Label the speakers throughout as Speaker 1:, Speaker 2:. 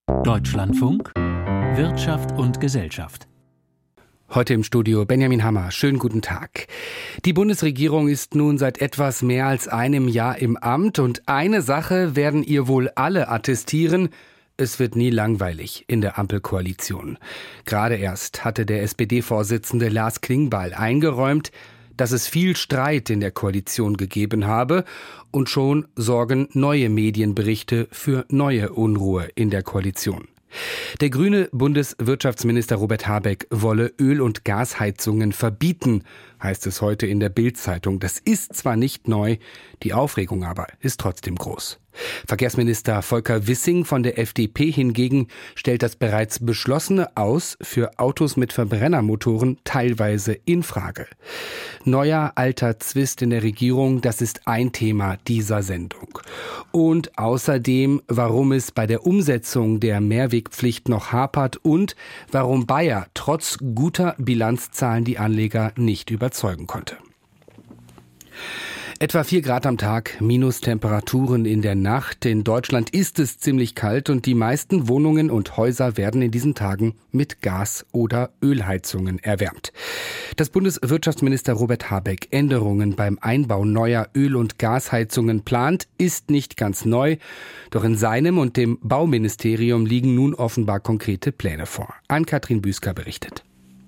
Speaker 1: Deutschlandfunk Wirtschaft und Gesellschaft.
Speaker 2: Heute im Studio Benjamin Hammer. Schönen guten Tag. Die Bundesregierung ist nun seit etwas mehr als einem Jahr im Amt und eine Sache werden ihr wohl alle attestieren: Es wird nie langweilig in der Ampelkoalition. Gerade erst hatte der SPD-Vorsitzende Lars Klingbeil eingeräumt, dass es viel Streit in der Koalition gegeben habe, und schon sorgen neue Medienberichte für neue Unruhe in der Koalition. Der grüne Bundeswirtschaftsminister Robert Habeck wolle Öl- und Gasheizungen verbieten, heißt es heute in der Bild-Zeitung. Das ist zwar nicht neu, die Aufregung aber ist trotzdem groß. Verkehrsminister Volker Wissing von der FDP hingegen stellt das bereits Beschlossene Aus für Autos mit Verbrennermotoren teilweise in Frage. Neuer alter Zwist in der Regierung, das ist ein Thema dieser Sendung. Und außerdem, warum es bei der Umsetzung der Mehrwegpflicht noch hapert und warum Bayer trotz guter Bilanzzahlen die Anleger nicht überzeugen konnte. Etwa 4 Grad am Tag, Minustemperaturen in der Nacht. In Deutschland ist es ziemlich kalt und die meisten Wohnungen und Häuser werden in diesen Tagen mit Gas- oder Ölheizungen erwärmt. Dass Bundeswirtschaftsminister Robert Habeck Änderungen beim Einbau neuer Öl- und Gasheizungen plant, ist nicht ganz neu. Doch in seinem und dem Bauministerium liegen nun offenbar konkrete Pläne vor. Ann-Kathrin Büsker berichtet.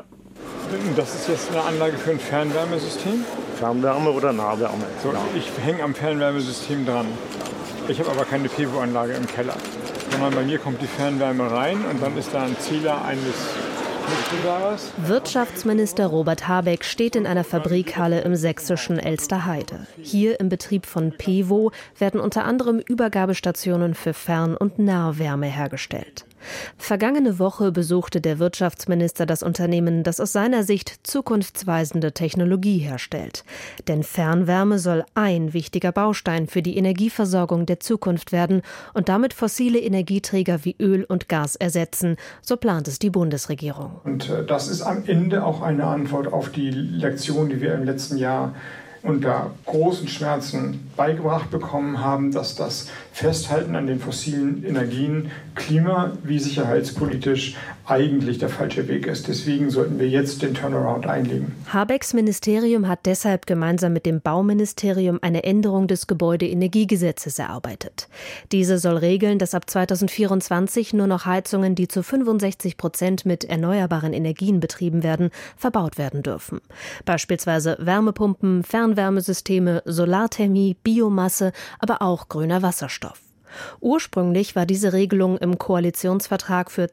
Speaker 3: Das ist jetzt eine Anlage für ein Fernwärmesystem.
Speaker 4: Fernwärme oder Nahwärme?
Speaker 3: So, ich hänge am Fernwärmesystem dran. Ich habe aber keine PV-Anlage im Keller, sondern bei mir kommt die Fernwärme rein und dann ist da ein Zähler eines Mitbewerbers.
Speaker 5: Wirtschaftsminister Robert Habeck steht in einer Fabrikhalle im sächsischen Elsterheide. Hier im Betrieb von PEWO werden unter anderem Übergabestationen für Fern- und Nahwärme hergestellt. Vergangene Woche besuchte der Wirtschaftsminister das Unternehmen, das aus seiner Sicht zukunftsweisende Technologie herstellt. Denn Fernwärme soll ein wichtiger Baustein für die Energieversorgung der Zukunft werden und damit fossile Energieträger wie Öl und Gas ersetzen, so plant es die Bundesregierung.
Speaker 3: Und das ist am Ende auch eine Antwort auf die Lektion, die wir im letzten Jahr unter großen Schmerzen beigebracht bekommen haben, dass das Festhalten an den fossilen Energien klima- wie sicherheitspolitisch eigentlich der falsche Weg ist. Deswegen sollten wir jetzt den Turnaround einlegen.
Speaker 5: Habecks Ministerium hat deshalb gemeinsam mit dem Bauministerium eine Änderung des Gebäudeenergiegesetzes erarbeitet. Diese soll regeln, dass ab 2024 nur noch Heizungen, die zu 65% mit erneuerbaren Energien betrieben werden, verbaut werden dürfen. Beispielsweise Wärmepumpen, Fernwärmesysteme, Solarthermie, Biomasse, aber auch grüner Wasserstoff. Ursprünglich war diese Regelung im Koalitionsvertrag für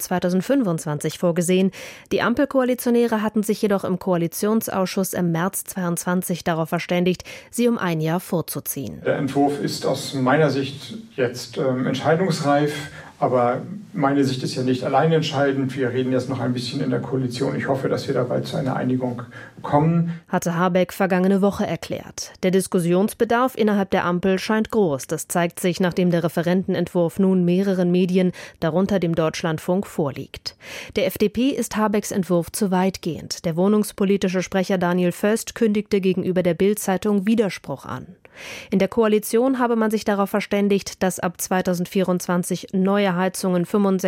Speaker 5: 2025 vorgesehen. Die Ampelkoalitionäre hatten sich jedoch im Koalitionsausschuss im März 2022 darauf verständigt, sie um ein Jahr vorzuziehen.
Speaker 3: Der Entwurf ist aus meiner Sicht jetzt entscheidungsreif. Aber meine Sicht ist ja nicht allein entscheidend. Wir reden jetzt noch ein bisschen in der Koalition. Ich hoffe, dass wir dabei zu einer Einigung kommen.
Speaker 5: Hatte Habeck vergangene Woche erklärt. Der Diskussionsbedarf innerhalb der Ampel scheint groß. Das zeigt sich, nachdem der Referentenentwurf nun mehreren Medien, darunter dem Deutschlandfunk, vorliegt. Der FDP ist Habecks Entwurf zu weitgehend. Der wohnungspolitische Sprecher Daniel Föst kündigte gegenüber der Bild-Zeitung Widerspruch an. In der Koalition habe man sich darauf verständigt, dass ab 2024 neue Heizungen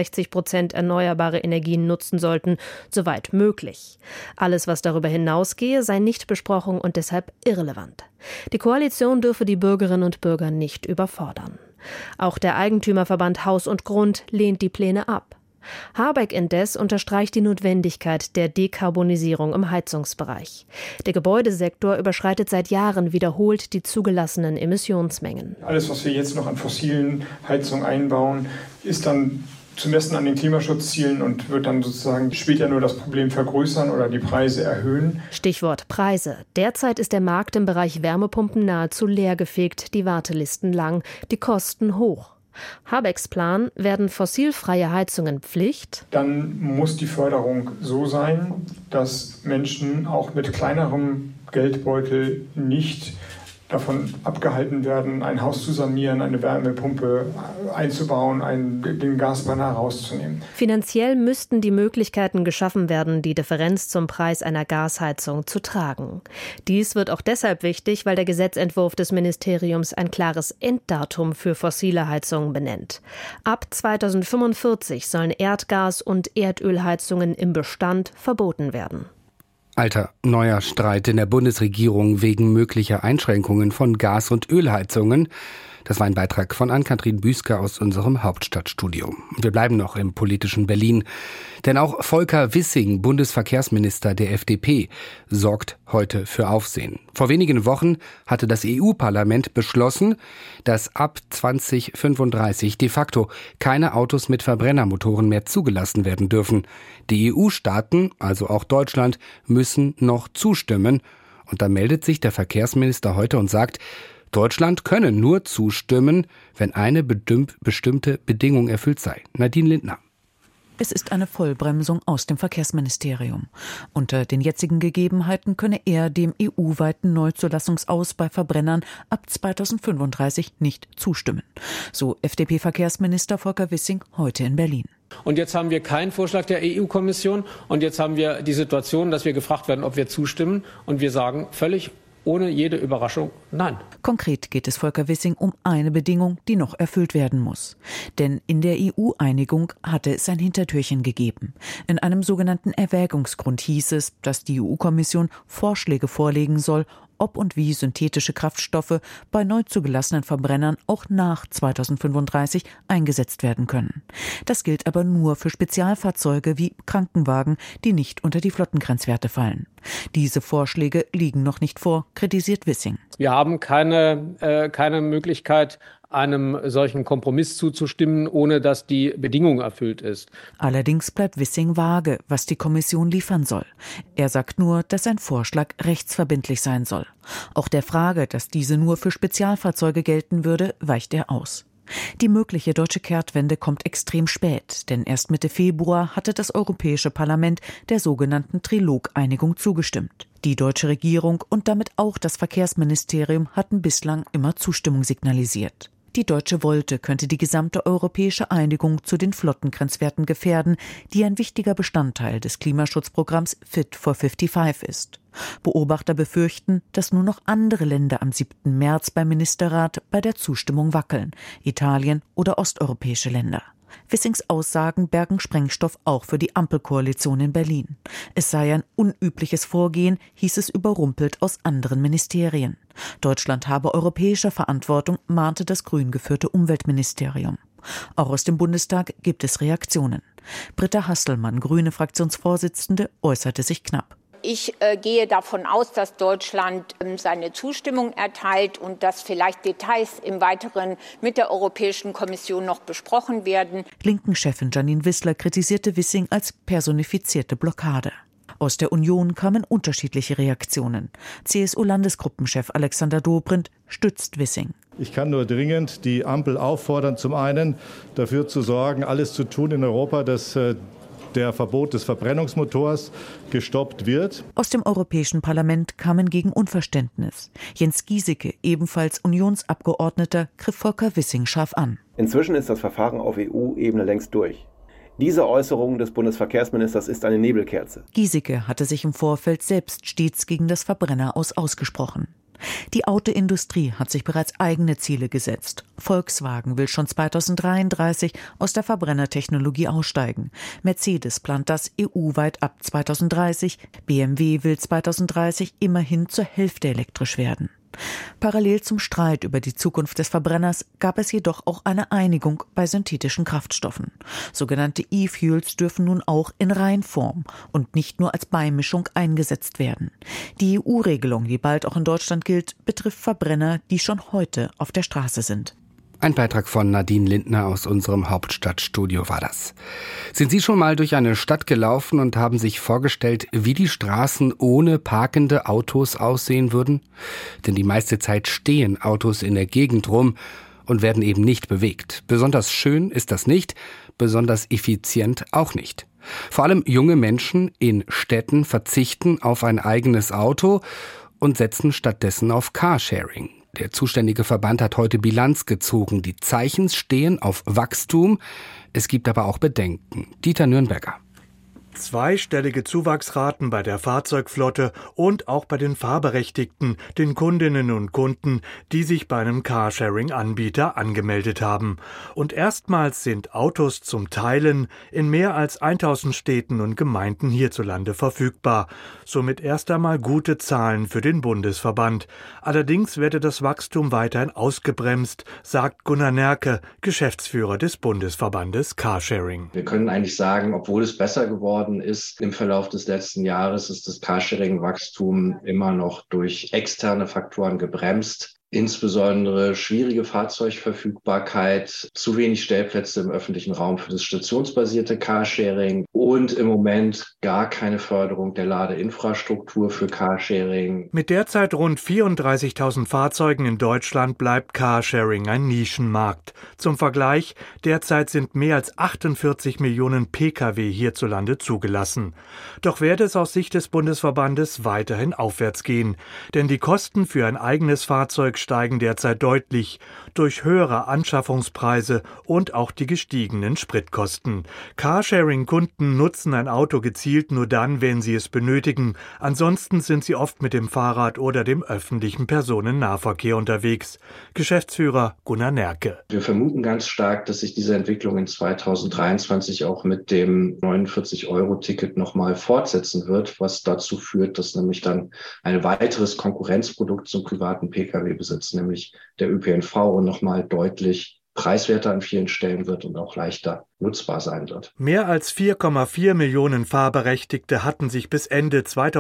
Speaker 5: 65% erneuerbare Energien nutzen sollten, soweit möglich. Alles, was darüber hinausgehe, sei nicht besprochen und deshalb irrelevant. Die Koalition dürfe die Bürgerinnen und Bürger nicht überfordern. Auch der Eigentümerverband Haus und Grund lehnt die Pläne ab. Habeck indes unterstreicht die Notwendigkeit der Dekarbonisierung im Heizungsbereich. Der Gebäudesektor überschreitet seit Jahren wiederholt die zugelassenen Emissionsmengen.
Speaker 3: Alles, was wir jetzt noch an fossilen Heizungen einbauen, ist dann zu messen an den Klimaschutzzielen und wird dann sozusagen später nur das Problem vergrößern oder die Preise erhöhen.
Speaker 5: Stichwort Preise. Derzeit ist der Markt im Bereich Wärmepumpen nahezu leergefegt, die Wartelisten lang, die Kosten hoch. Habecks Plan: werden fossilfreie Heizungen Pflicht?
Speaker 3: Dann muss die Förderung so sein, dass Menschen auch mit kleinerem Geldbeutel nicht davon abgehalten werden, ein Haus zu sanieren, eine Wärmepumpe einzubauen, den Gasbrenner rauszunehmen.
Speaker 5: Finanziell müssten die Möglichkeiten geschaffen werden, die Differenz zum Preis einer Gasheizung zu tragen. Dies wird auch deshalb wichtig, weil der Gesetzentwurf des Ministeriums ein klares Enddatum für fossile Heizungen benennt. Ab 2045 sollen Erdgas- und Erdölheizungen im Bestand verboten werden.
Speaker 2: Alter, neuer Streit in der Bundesregierung wegen möglicher Einschränkungen von Gas- und Ölheizungen. Das war ein Beitrag von Ann-Kathrin Büsker aus unserem Hauptstadtstudio. Wir bleiben noch im politischen Berlin. Denn auch Volker Wissing, Bundesverkehrsminister der FDP, sorgt heute für Aufsehen. Vor wenigen Wochen hatte das EU-Parlament beschlossen, dass ab 2035 de facto keine Autos mit Verbrennermotoren mehr zugelassen werden dürfen. Die EU-Staaten, also auch Deutschland, müssen noch zustimmen. Und da meldet sich der Verkehrsminister heute und sagt, Deutschland könne nur zustimmen, wenn eine bestimmte Bedingung erfüllt sei. Nadine Lindner.
Speaker 6: Es ist eine Vollbremsung aus dem Verkehrsministerium. Unter den jetzigen Gegebenheiten könne er dem EU-weiten Neuzulassungsaus bei Verbrennern ab 2035 nicht zustimmen. So FDP-Verkehrsminister Volker Wissing heute in Berlin.
Speaker 7: Und jetzt haben wir keinen Vorschlag der EU-Kommission und jetzt haben wir die Situation, dass wir gefragt werden, ob wir zustimmen und wir sagen völlig ohne jede Überraschung nein.
Speaker 6: Konkret geht es Volker Wissing um eine Bedingung, die noch erfüllt werden muss. Denn in der EU-Einigung hatte es ein Hintertürchen gegeben. In einem sogenannten Erwägungsgrund hieß es, dass die EU-Kommission Vorschläge vorlegen soll, ob und wie synthetische Kraftstoffe bei neu zugelassenen Verbrennern auch nach 2035 eingesetzt werden können. Das gilt aber nur für Spezialfahrzeuge wie Krankenwagen, die nicht unter die Flottengrenzwerte fallen. Diese Vorschläge liegen noch nicht vor, kritisiert Wissing.
Speaker 7: Wir haben keine Möglichkeit, einem solchen Kompromiss zuzustimmen, ohne dass die Bedingung erfüllt ist.
Speaker 6: Allerdings bleibt Wissing vage, was die Kommission liefern soll. Er sagt nur, dass ein Vorschlag rechtsverbindlich sein soll. Auch der Frage, dass diese nur für Spezialfahrzeuge gelten würde, weicht er aus. Die mögliche deutsche Kehrtwende kommt extrem spät, denn erst Mitte Februar hatte das Europäische Parlament der sogenannten Trilog-Einigung zugestimmt. Die deutsche Regierung und damit auch das Verkehrsministerium hatten bislang immer Zustimmung signalisiert. Die deutsche Wolte könnte die gesamte europäische Einigung zu den Flottengrenzwerten gefährden, die ein wichtiger Bestandteil des Klimaschutzprogramms Fit for 55 ist. Beobachter befürchten, dass nur noch andere Länder am 7. März beim Ministerrat bei der Zustimmung wackeln, Italien oder osteuropäische Länder. Wissings Aussagen bergen Sprengstoff auch für die Ampelkoalition in Berlin. Es sei ein unübliches Vorgehen, hieß es überrumpelt aus anderen Ministerien. Deutschland habe europäische Verantwortung, mahnte das grün geführte Umweltministerium. Auch aus dem Bundestag gibt es Reaktionen. Britta Hasselmann, grüne Fraktionsvorsitzende, äußerte sich knapp.
Speaker 8: Ich gehe davon aus, dass Deutschland seine Zustimmung erteilt und dass vielleicht Details im Weiteren mit der Europäischen Kommission noch besprochen werden.
Speaker 6: Linken-Chefin Janine Wissler kritisierte Wissing als personifizierte Blockade. Aus der Union kamen unterschiedliche Reaktionen. CSU-Landesgruppenchef Alexander Dobrindt stützt Wissing.
Speaker 9: Ich kann nur dringend die Ampel auffordern, zum einen dafür zu sorgen, alles zu tun in Europa, dass der Verbot des Verbrennungsmotors gestoppt wird.
Speaker 6: Aus dem Europäischen Parlament kamen gegen Unverständnis. Jens Giesecke, ebenfalls Unionsabgeordneter, griff Volker Wissing scharf an.
Speaker 10: Inzwischen ist das Verfahren auf EU-Ebene längst durch. Diese Äußerung des Bundesverkehrsministers ist eine Nebelkerze.
Speaker 6: Giesecke hatte sich im Vorfeld selbst stets gegen das Verbrenneraus ausgesprochen. Die Autoindustrie hat sich bereits eigene Ziele gesetzt. Volkswagen will schon 2033 aus der Verbrennertechnologie aussteigen. Mercedes plant das EU-weit ab 2030. BMW will 2030 immerhin zur Hälfte elektrisch werden. Parallel zum Streit über die Zukunft des Verbrenners gab es jedoch auch eine Einigung bei synthetischen Kraftstoffen. Sogenannte E-Fuels dürfen nun auch in Reinform und nicht nur als Beimischung eingesetzt werden. Die EU-Regelung, die bald auch in Deutschland gilt, betrifft Verbrenner, die schon heute auf der Straße sind.
Speaker 2: Ein Beitrag von Nadine Lindner aus unserem Hauptstadtstudio war das. Sind Sie schon mal durch eine Stadt gelaufen und haben sich vorgestellt, wie die Straßen ohne parkende Autos aussehen würden? Denn die meiste Zeit stehen Autos in der Gegend rum und werden eben nicht bewegt. Besonders schön ist das nicht, besonders effizient auch nicht. Vor allem junge Menschen in Städten verzichten auf ein eigenes Auto und setzen stattdessen auf Carsharing. Der zuständige Verband hat heute Bilanz gezogen. Die Zeichen stehen auf Wachstum. Es gibt aber auch Bedenken. Dieter Nürnberger.
Speaker 11: Zweistellige Zuwachsraten bei der Fahrzeugflotte und auch bei den Fahrberechtigten, den Kundinnen und Kunden, die sich bei einem Carsharing-Anbieter angemeldet haben. Und erstmals sind Autos zum Teilen in mehr als 1000 Städten und Gemeinden hierzulande verfügbar. Somit erst einmal gute Zahlen für den Bundesverband. Allerdings werde das Wachstum weiterhin ausgebremst, sagt Gunnar Nerke, Geschäftsführer des Bundesverbandes Carsharing.
Speaker 12: Wir können eigentlich sagen, obwohl es besser geworden ist im Verlauf des letzten Jahres, ist das Carsharing-Wachstum immer noch durch externe Faktoren gebremst. Insbesondere schwierige Fahrzeugverfügbarkeit, zu wenig Stellplätze im öffentlichen Raum für das stationsbasierte Carsharing und im Moment gar keine Förderung der Ladeinfrastruktur für Carsharing.
Speaker 11: Mit derzeit rund 34.000 Fahrzeugen in Deutschland bleibt Carsharing ein Nischenmarkt. Zum Vergleich, derzeit sind mehr als 48 Millionen Pkw hierzulande zugelassen. Doch werde es aus Sicht des Bundesverbandes weiterhin aufwärts gehen, denn die Kosten für ein eigenes Fahrzeug steigen derzeit deutlich durch höhere Anschaffungspreise und auch die gestiegenen Spritkosten. Carsharing-Kunden nutzen ein Auto gezielt nur dann, wenn sie es benötigen. Ansonsten sind sie oft mit dem Fahrrad oder dem öffentlichen Personennahverkehr unterwegs. Geschäftsführer Gunnar Nerke.
Speaker 12: Wir vermuten ganz stark, dass sich diese Entwicklung in 2023 auch mit dem 49-Euro-Ticket nochmal fortsetzen wird, was dazu führt, dass nämlich dann ein weiteres Konkurrenzprodukt zum privaten Pkw-Besitz, nämlich der ÖPNV, nochmal deutlich preiswerter an vielen Stellen wird und auch leichter nutzbar sein wird.
Speaker 11: Mehr als 4,4 Millionen Fahrberechtigte hatten sich bis Ende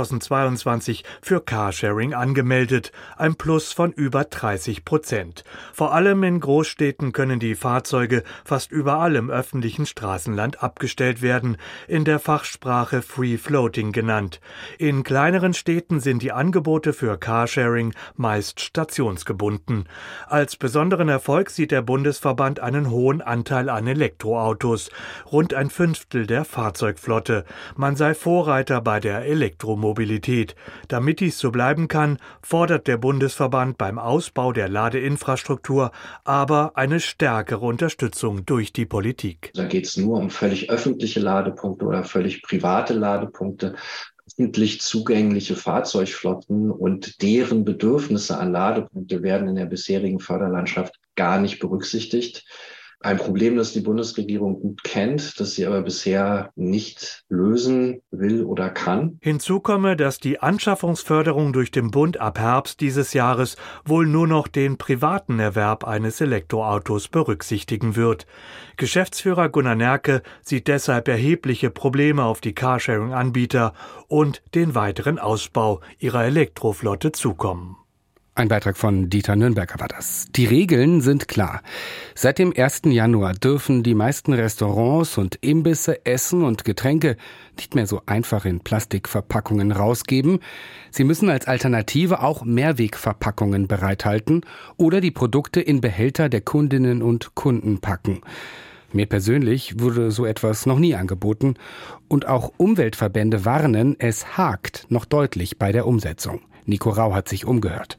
Speaker 11: 2022 für Carsharing angemeldet, ein Plus von über 30%. Vor allem in Großstädten können die Fahrzeuge fast überall im öffentlichen Straßenland abgestellt werden, in der Fachsprache Free Floating genannt. In kleineren Städten sind die Angebote für Carsharing meist stationsgebunden. Als besonderen Erfolg sieht der Bundesverband einen hohen Anteil an Elektroautos. Rund ein Fünftel der Fahrzeugflotte. Man sei Vorreiter bei der Elektromobilität. Damit dies so bleiben kann, fordert der Bundesverband beim Ausbau der Ladeinfrastruktur aber eine stärkere Unterstützung durch die Politik.
Speaker 12: Da geht es nur um völlig öffentliche Ladepunkte oder völlig private Ladepunkte. Öffentlich zugängliche Fahrzeugflotten und deren Bedürfnisse an Ladepunkte werden in der bisherigen Förderlandschaft gar nicht berücksichtigt. Ein Problem, das die Bundesregierung gut kennt, das sie aber bisher nicht lösen will oder kann.
Speaker 11: Hinzu komme, dass die Anschaffungsförderung durch den Bund ab Herbst dieses Jahres wohl nur noch den privaten Erwerb eines Elektroautos berücksichtigen wird. Geschäftsführer Gunnar Nerke sieht deshalb erhebliche Probleme auf die Carsharing-Anbieter und den weiteren Ausbau ihrer Elektroflotte zukommen.
Speaker 2: Ein Beitrag von Dieter Nürnberger war das. Die Regeln sind klar. Seit dem 1. Januar dürfen die meisten Restaurants und Imbisse Essen und Getränke nicht mehr so einfach in Plastikverpackungen rausgeben. Sie müssen als Alternative auch Mehrwegverpackungen bereithalten oder die Produkte in Behälter der Kundinnen und Kunden packen. Mir persönlich wurde so etwas noch nie angeboten. Und auch Umweltverbände warnen, es hakt noch deutlich bei der Umsetzung. Nico Rau hat sich umgehört.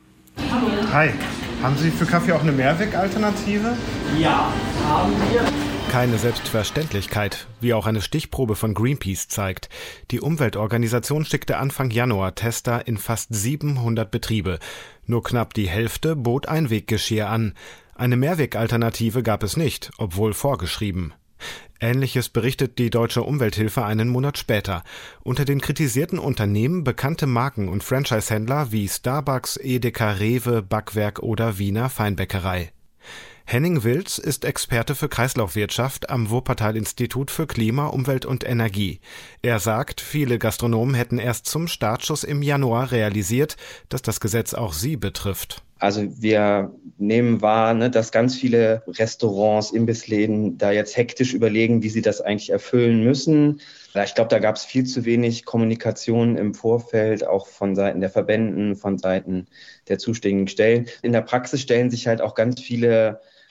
Speaker 13: Hi, haben Sie für Kaffee auch eine Mehrwegalternative?
Speaker 14: Ja, haben wir.
Speaker 15: Keine Selbstverständlichkeit, wie auch eine Stichprobe von Greenpeace zeigt. Die Umweltorganisation schickte Anfang Januar Tester in fast 700 Betriebe. Nur knapp die Hälfte bot Einweggeschirr an. Eine Mehrwegalternative gab es nicht, obwohl vorgeschrieben. Ähnliches berichtet die Deutsche Umwelthilfe einen Monat später. Unter den kritisierten Unternehmen bekannte Marken und Franchise-Händler wie Starbucks, Edeka, Rewe, Backwerk oder Wiener Feinbäckerei. Henning Wilz ist Experte für Kreislaufwirtschaft am Wuppertal-Institut für Klima, Umwelt und Energie. Er sagt, viele Gastronomen hätten erst zum Startschuss im Januar realisiert, dass das Gesetz auch sie betrifft.
Speaker 16: Also wir nehmen wahr, dass ganz viele Restaurants, Imbissläden da jetzt hektisch überlegen, wie sie das eigentlich erfüllen müssen. Ich glaube, da gab es viel zu wenig Kommunikation im Vorfeld, auch von Seiten der Verbänden, von Seiten der zuständigen Stellen. In der Praxis stellen sich halt auch ganz viele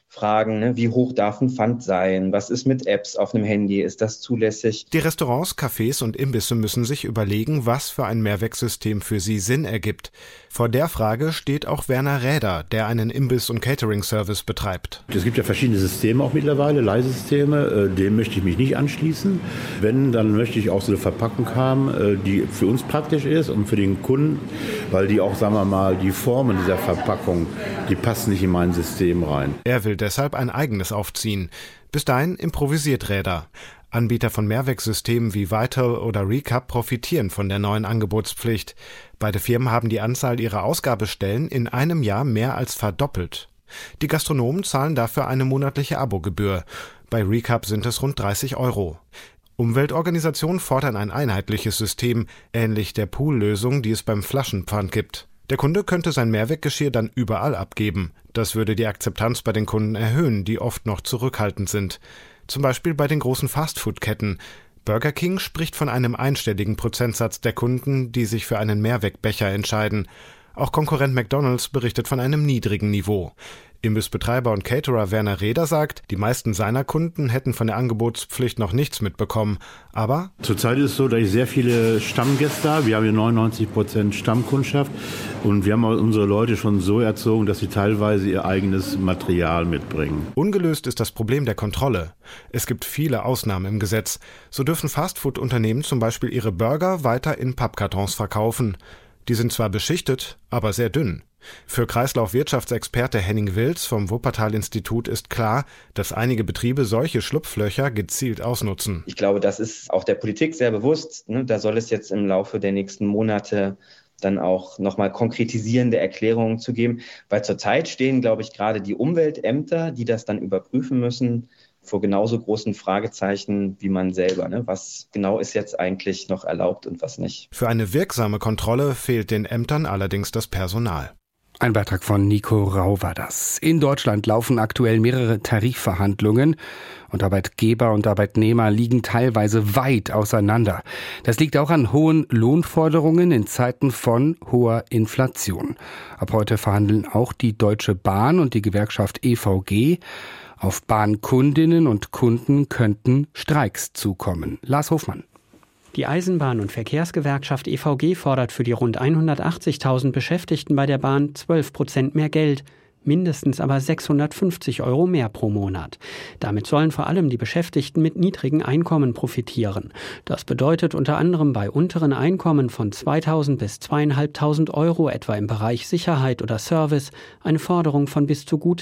Speaker 16: Fragen, ne? Wie hoch darf ein Pfand sein? Was ist mit Apps auf einem Handy? Ist das zulässig?
Speaker 15: Die Restaurants, Cafés und Imbisse müssen sich überlegen, was für ein Mehrwegsystem für sie Sinn ergibt. Vor der Frage steht auch Werner Räder, der einen Imbiss- und Catering-Service betreibt.
Speaker 17: Es gibt ja verschiedene Systeme auch mittlerweile, Leihsysteme. Dem möchte ich mich nicht anschließen. Wenn, dann möchte ich auch so eine Verpackung haben, die für uns praktisch ist und für den Kunden, weil die auch, sagen wir mal, die Formen dieser Verpackung, die passen nicht in mein System rein.
Speaker 15: Er will deshalb ein eigenes aufziehen. Bis dahin improvisiert Räder. Anbieter von Mehrwegsystemen wie Vital oder Recap profitieren von der neuen Angebotspflicht. Beide Firmen haben die Anzahl ihrer Ausgabestellen in einem Jahr mehr als verdoppelt. Die Gastronomen zahlen dafür eine monatliche Abogebühr. Bei Recap sind es rund 30 €. Umweltorganisationen fordern ein einheitliches System, ähnlich der Poollösung, die es beim Flaschenpfand gibt. Der Kunde könnte sein Mehrweggeschirr dann überall abgeben. Das würde die Akzeptanz bei den Kunden erhöhen, die oft noch zurückhaltend sind. Zum Beispiel bei den großen Fastfood-Ketten. Burger King spricht von einem einstelligen Prozentsatz der Kunden, die sich für einen Mehrwegbecher entscheiden. Auch Konkurrent McDonald's berichtet von einem niedrigen Niveau. Imbissbetreiber und Caterer Werner Räder sagt, die meisten seiner Kunden hätten von der Angebotspflicht noch nichts mitbekommen. Aber
Speaker 17: zurzeit ist es so, dass ich sehr viele Stammgäste habe. Wir haben hier 99% Stammkundschaft und wir haben unsere Leute schon so erzogen, dass sie teilweise ihr eigenes Material mitbringen.
Speaker 15: Ungelöst ist das Problem der Kontrolle. Es gibt viele Ausnahmen im Gesetz. So dürfen Fastfood-Unternehmen zum Beispiel ihre Burger weiter in Pappkartons verkaufen. Die sind zwar beschichtet, aber sehr dünn. Für Kreislaufwirtschaftsexperte Henning Wilz vom Wuppertal-Institut ist klar, dass einige Betriebe solche Schlupflöcher gezielt ausnutzen.
Speaker 16: Ich glaube, das ist auch der Politik sehr bewusst. Ne? Da soll es jetzt im Laufe der nächsten Monate dann auch nochmal konkretisierende Erklärungen zu geben. Weil zurzeit stehen, glaube ich, gerade die Umweltämter, die das dann überprüfen müssen, vor genauso großen Fragezeichen wie man selber. Ne? Was genau ist jetzt eigentlich noch erlaubt und was nicht?
Speaker 15: Für eine wirksame Kontrolle fehlt den Ämtern allerdings das Personal.
Speaker 2: Ein Beitrag von Nico Rau war das. In Deutschland laufen aktuell mehrere Tarifverhandlungen und Arbeitgeber und Arbeitnehmer liegen teilweise weit auseinander. Das liegt auch an hohen Lohnforderungen in Zeiten von hoher Inflation. Ab heute verhandeln auch die Deutsche Bahn und die Gewerkschaft EVG. Auf Bahnkundinnen und Kunden könnten Streiks zukommen. Lars Hofmann.
Speaker 18: Die Eisenbahn- und Verkehrsgewerkschaft EVG fordert für die rund 180.000 Beschäftigten bei der Bahn 12% mehr Geld. Mindestens aber 650 € mehr pro Monat. Damit sollen vor allem die Beschäftigten mit niedrigen Einkommen profitieren. Das bedeutet unter anderem bei unteren Einkommen von 2.000 bis 2.500 € etwa im Bereich Sicherheit oder Service eine Forderung von bis zu gut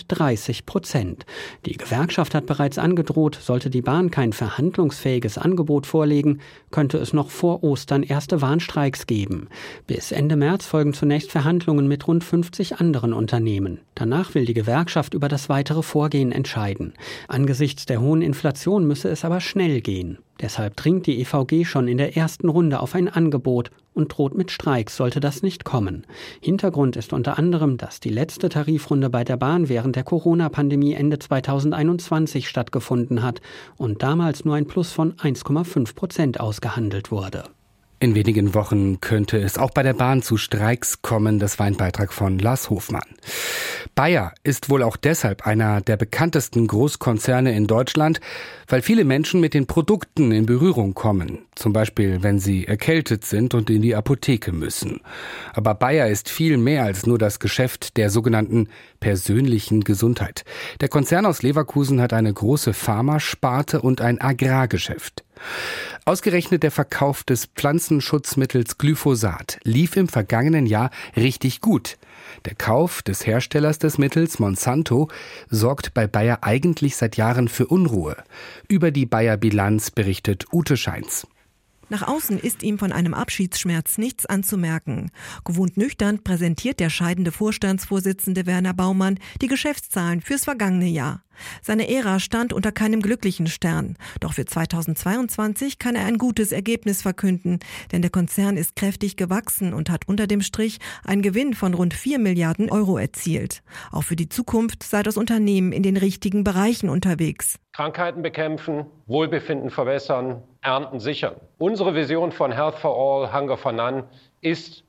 Speaker 18: 30%. Die Gewerkschaft hat bereits angedroht, sollte die Bahn kein verhandlungsfähiges Angebot vorlegen, könnte es noch vor Ostern erste Warnstreiks geben. Bis Ende März folgen zunächst Verhandlungen mit rund 50 anderen Unternehmen. Danach will die Gewerkschaft über das weitere Vorgehen entscheiden. Angesichts der hohen Inflation müsse es aber schnell gehen. Deshalb dringt die EVG schon in der ersten Runde auf ein Angebot und droht mit Streiks, sollte das nicht kommen. Hintergrund ist unter anderem, dass die letzte Tarifrunde bei der Bahn während der Corona-Pandemie Ende 2021 stattgefunden hat und damals nur ein Plus von 1,5% ausgehandelt wurde.
Speaker 2: In wenigen Wochen könnte es auch bei der Bahn zu Streiks kommen. Das war ein Beitrag von Lars Hofmann. Bayer ist wohl auch deshalb einer der bekanntesten Großkonzerne in Deutschland, weil viele Menschen mit den Produkten in Berührung kommen. Zum Beispiel, wenn sie erkältet sind und in die Apotheke müssen. Aber Bayer ist viel mehr als nur das Geschäft der sogenannten persönlichen Gesundheit. Der Konzern aus Leverkusen hat eine große Pharmasparte und ein Agrargeschäft. Ausgerechnet der Verkauf des Pflanzenschutzmittels Glyphosat lief im vergangenen Jahr richtig gut. Der Kauf des Herstellers des Mittels, Monsanto, sorgt bei Bayer eigentlich seit Jahren für Unruhe. Über die Bayer-Bilanz berichtet Ute Scheins.
Speaker 19: Nach außen ist ihm von einem Abschiedsschmerz nichts anzumerken. Gewohnt nüchtern präsentiert der scheidende Vorstandsvorsitzende Werner Baumann die Geschäftszahlen fürs vergangene Jahr. Seine Ära stand unter keinem glücklichen Stern. Doch für 2022 kann er ein gutes Ergebnis verkünden, denn der Konzern ist kräftig gewachsen und hat unter dem Strich einen Gewinn von rund 4 Milliarden € erzielt. Auch für die Zukunft sei das Unternehmen in den richtigen Bereichen unterwegs.
Speaker 20: Krankheiten bekämpfen, Wohlbefinden verbessern, Ernten sichern. Unsere Vision von Health for All, Hunger for None ist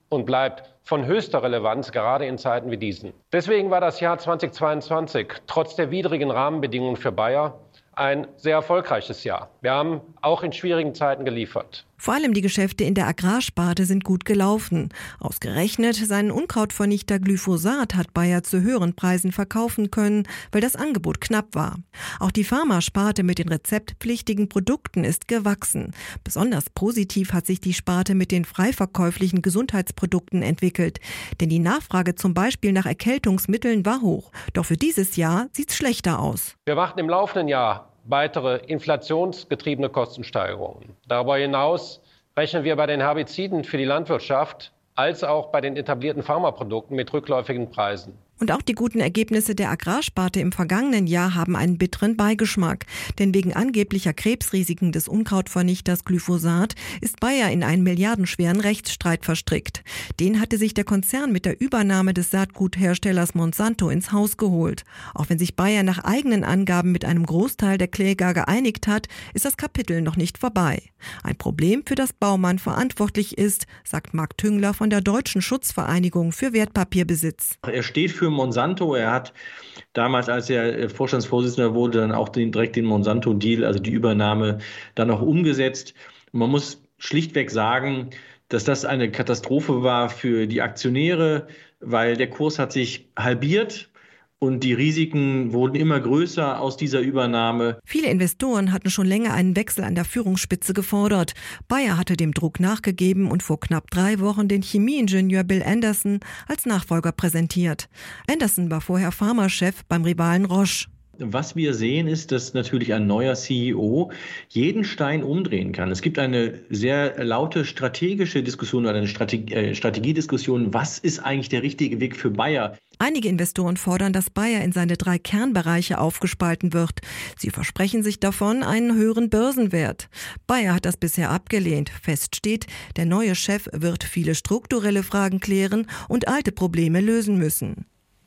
Speaker 20: und bleibt von höchster Relevanz, gerade in Zeiten wie diesen. Deswegen war das Jahr 2022 trotz der widrigen Rahmenbedingungen für Bayer ein sehr erfolgreiches Jahr. Wir haben auch in schwierigen Zeiten geliefert.
Speaker 19: Vor allem die Geschäfte in der Agrarsparte sind gut gelaufen. Ausgerechnet seinen Unkrautvernichter Glyphosat hat Bayer zu höheren Preisen verkaufen können, weil das Angebot knapp war. Auch die Pharmasparte mit den rezeptpflichtigen Produkten ist gewachsen. Besonders positiv hat sich die Sparte mit den frei verkäuflichen Gesundheitsprodukten entwickelt. Denn die Nachfrage zum Beispiel nach Erkältungsmitteln war hoch. Doch für dieses Jahr sieht's schlechter aus.
Speaker 20: Wir warten im laufenden Jahr weitere inflationsgetriebene Kostensteigerungen. Darüber hinaus rechnen wir bei den Herbiziden für die Landwirtschaft als auch bei den etablierten Pharmaprodukten mit rückläufigen Preisen.
Speaker 19: Und auch die guten Ergebnisse der Agrarsparte im vergangenen Jahr haben einen bitteren Beigeschmack. Denn wegen angeblicher Krebsrisiken des Unkrautvernichters Glyphosat ist Bayer in einen milliardenschweren Rechtsstreit verstrickt. Den hatte sich der Konzern mit der Übernahme des Saatgutherstellers Monsanto ins Haus geholt. Auch wenn sich Bayer nach eigenen Angaben mit einem Großteil der Kläger geeinigt hat, ist das Kapitel noch nicht vorbei. Ein Problem, für das Baumann verantwortlich ist, sagt Marc Tüngler von der Deutschen Schutzvereinigung für Wertpapierbesitz.
Speaker 21: Er steht für Monsanto. Er hat damals, als er Vorstandsvorsitzender wurde, dann auch direkt den Monsanto-Deal, also die Übernahme, dann auch umgesetzt. Und man muss schlichtweg sagen, dass das eine Katastrophe war für die Aktionäre, weil der Kurs hat sich halbiert. Und die Risiken wurden immer größer aus dieser Übernahme.
Speaker 19: Viele Investoren hatten schon länger einen Wechsel an der Führungsspitze gefordert. Bayer hatte dem Druck nachgegeben und vor knapp 3 Wochen den Chemieingenieur Bill Anderson als Nachfolger präsentiert. Anderson war vorher Pharmachef beim Rivalen Roche.
Speaker 21: Was wir sehen, ist, dass natürlich ein neuer CEO jeden Stein umdrehen kann. Es gibt eine sehr laute strategische Diskussion oder eine Strategiediskussion. Was ist eigentlich der richtige Weg für Bayer?
Speaker 19: Einige Investoren fordern, dass Bayer in seine 3 Kernbereiche aufgespalten wird. Sie versprechen sich davon einen höheren Börsenwert. Bayer hat das bisher abgelehnt. Fest steht, der neue Chef wird viele strukturelle Fragen klären und alte Probleme lösen müssen.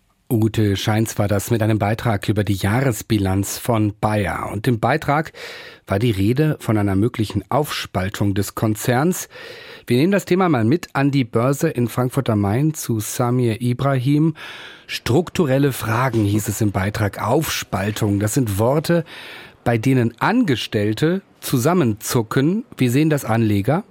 Speaker 2: Ute Scheins war das mit einem Beitrag über die Jahresbilanz von Bayer. Und im Beitrag war die Rede von einer möglichen Aufspaltung des Konzerns. Wir nehmen das Thema mal mit an die Börse in Frankfurt am Main zu Samir Ibrahim. Strukturelle Fragen hieß es im Beitrag. Aufspaltung, das sind Worte, bei denen Angestellte zusammenzucken. Wie sehen das Anleger?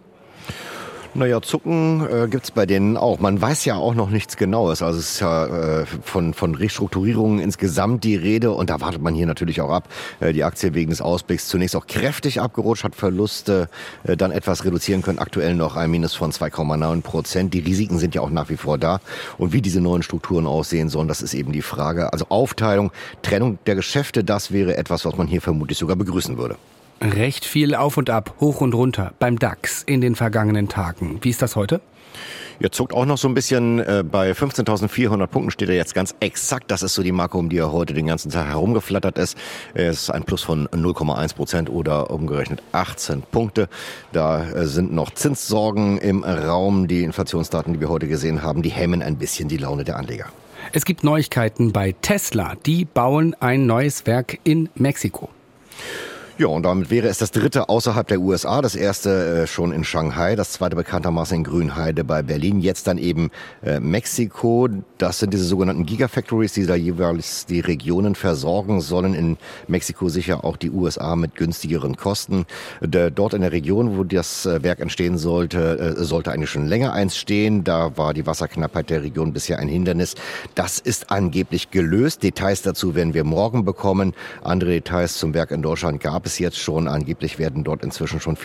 Speaker 22: Naja, Zucken gibt's bei denen auch. Man weiß ja auch noch nichts Genaues. Also es ist ja von Restrukturierungen insgesamt die Rede und da wartet man hier natürlich auch ab. Die Aktie wegen des Ausblicks zunächst auch kräftig abgerutscht, hat Verluste dann etwas reduzieren können. Aktuell noch ein Minus von 2,9%. Die Risiken sind ja auch nach wie vor da. Und wie diese neuen Strukturen aussehen sollen, das ist eben die Frage. Also Aufteilung, Trennung der Geschäfte, das wäre etwas, was man hier vermutlich sogar begrüßen würde.
Speaker 2: Recht viel auf und ab, hoch und runter beim DAX in den vergangenen Tagen. Wie ist das heute?
Speaker 22: Er zuckt auch noch so ein bisschen. Bei 15.400 Punkten steht er jetzt ganz exakt. Das ist so die Marke, um die er heute den ganzen Tag herumgeflattert ist. Es ist ein Plus von 0,1% oder umgerechnet 18 Punkte. Da sind noch Zinssorgen im Raum. Die Inflationsdaten, die wir heute gesehen haben, die hemmen ein bisschen die Laune der Anleger.
Speaker 2: Es gibt Neuigkeiten bei Tesla. Die bauen ein neues Werk in Mexiko.
Speaker 22: Ja, und damit wäre es das 3. außerhalb der USA, das erste schon in Shanghai, das 2. bekanntermaßen in Grünheide bei Berlin, jetzt dann eben Mexiko. Das sind diese sogenannten Gigafactories, die da jeweils die Regionen versorgen sollen. In Mexiko sicher auch die USA mit günstigeren Kosten. Dort in der Region, wo das Werk entstehen sollte eigentlich schon länger eins stehen. Da war die Wasserknappheit der Region bisher ein Hindernis. Das ist angeblich gelöst. Details dazu werden wir morgen bekommen. Andere Details zum Werk in Deutschland gab es jetzt schon. Angeblich werden dort inzwischen schon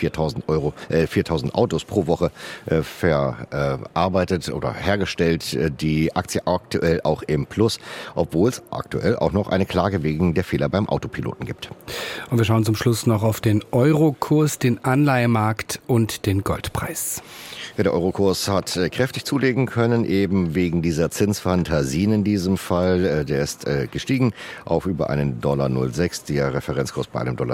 Speaker 22: 4.000 Autos pro Woche verarbeitet oder hergestellt. Die Aktie aktuell auch im Plus, obwohl es aktuell auch noch eine Klage wegen der Fehler beim Autopiloten gibt.
Speaker 2: Und wir schauen zum Schluss noch auf den Eurokurs, den Anleihemarkt und den Goldpreis.
Speaker 22: Ja, der Eurokurs hat kräftig zulegen können, eben wegen dieser Zinsfantasien in diesem Fall. Der ist gestiegen auf über einen $0,06, der Referenzkurs bei einem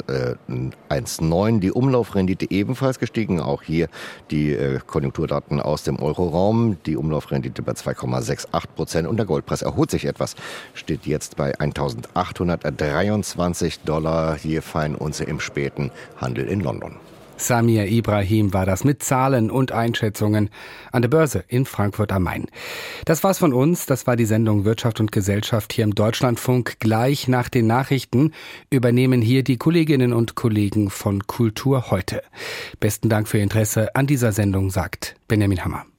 Speaker 22: $6,19. Die Umlaufrendite ebenfalls gestiegen, auch hier die Konjunkturdaten aus dem Euroraum. Die Umlaufrendite bei 2,68% und der Goldpreis erholt sich etwas, steht jetzt bei $1.823 je Feinunze im späten Handel in London.
Speaker 2: Samir Ibrahim war das mit Zahlen und Einschätzungen an der Börse in Frankfurt am Main. Das war's von uns. Das war die Sendung Wirtschaft und Gesellschaft hier im Deutschlandfunk. Gleich nach den Nachrichten übernehmen hier die Kolleginnen und Kollegen von Kultur heute. Besten Dank für Ihr Interesse an dieser Sendung, sagt Benjamin Hammer.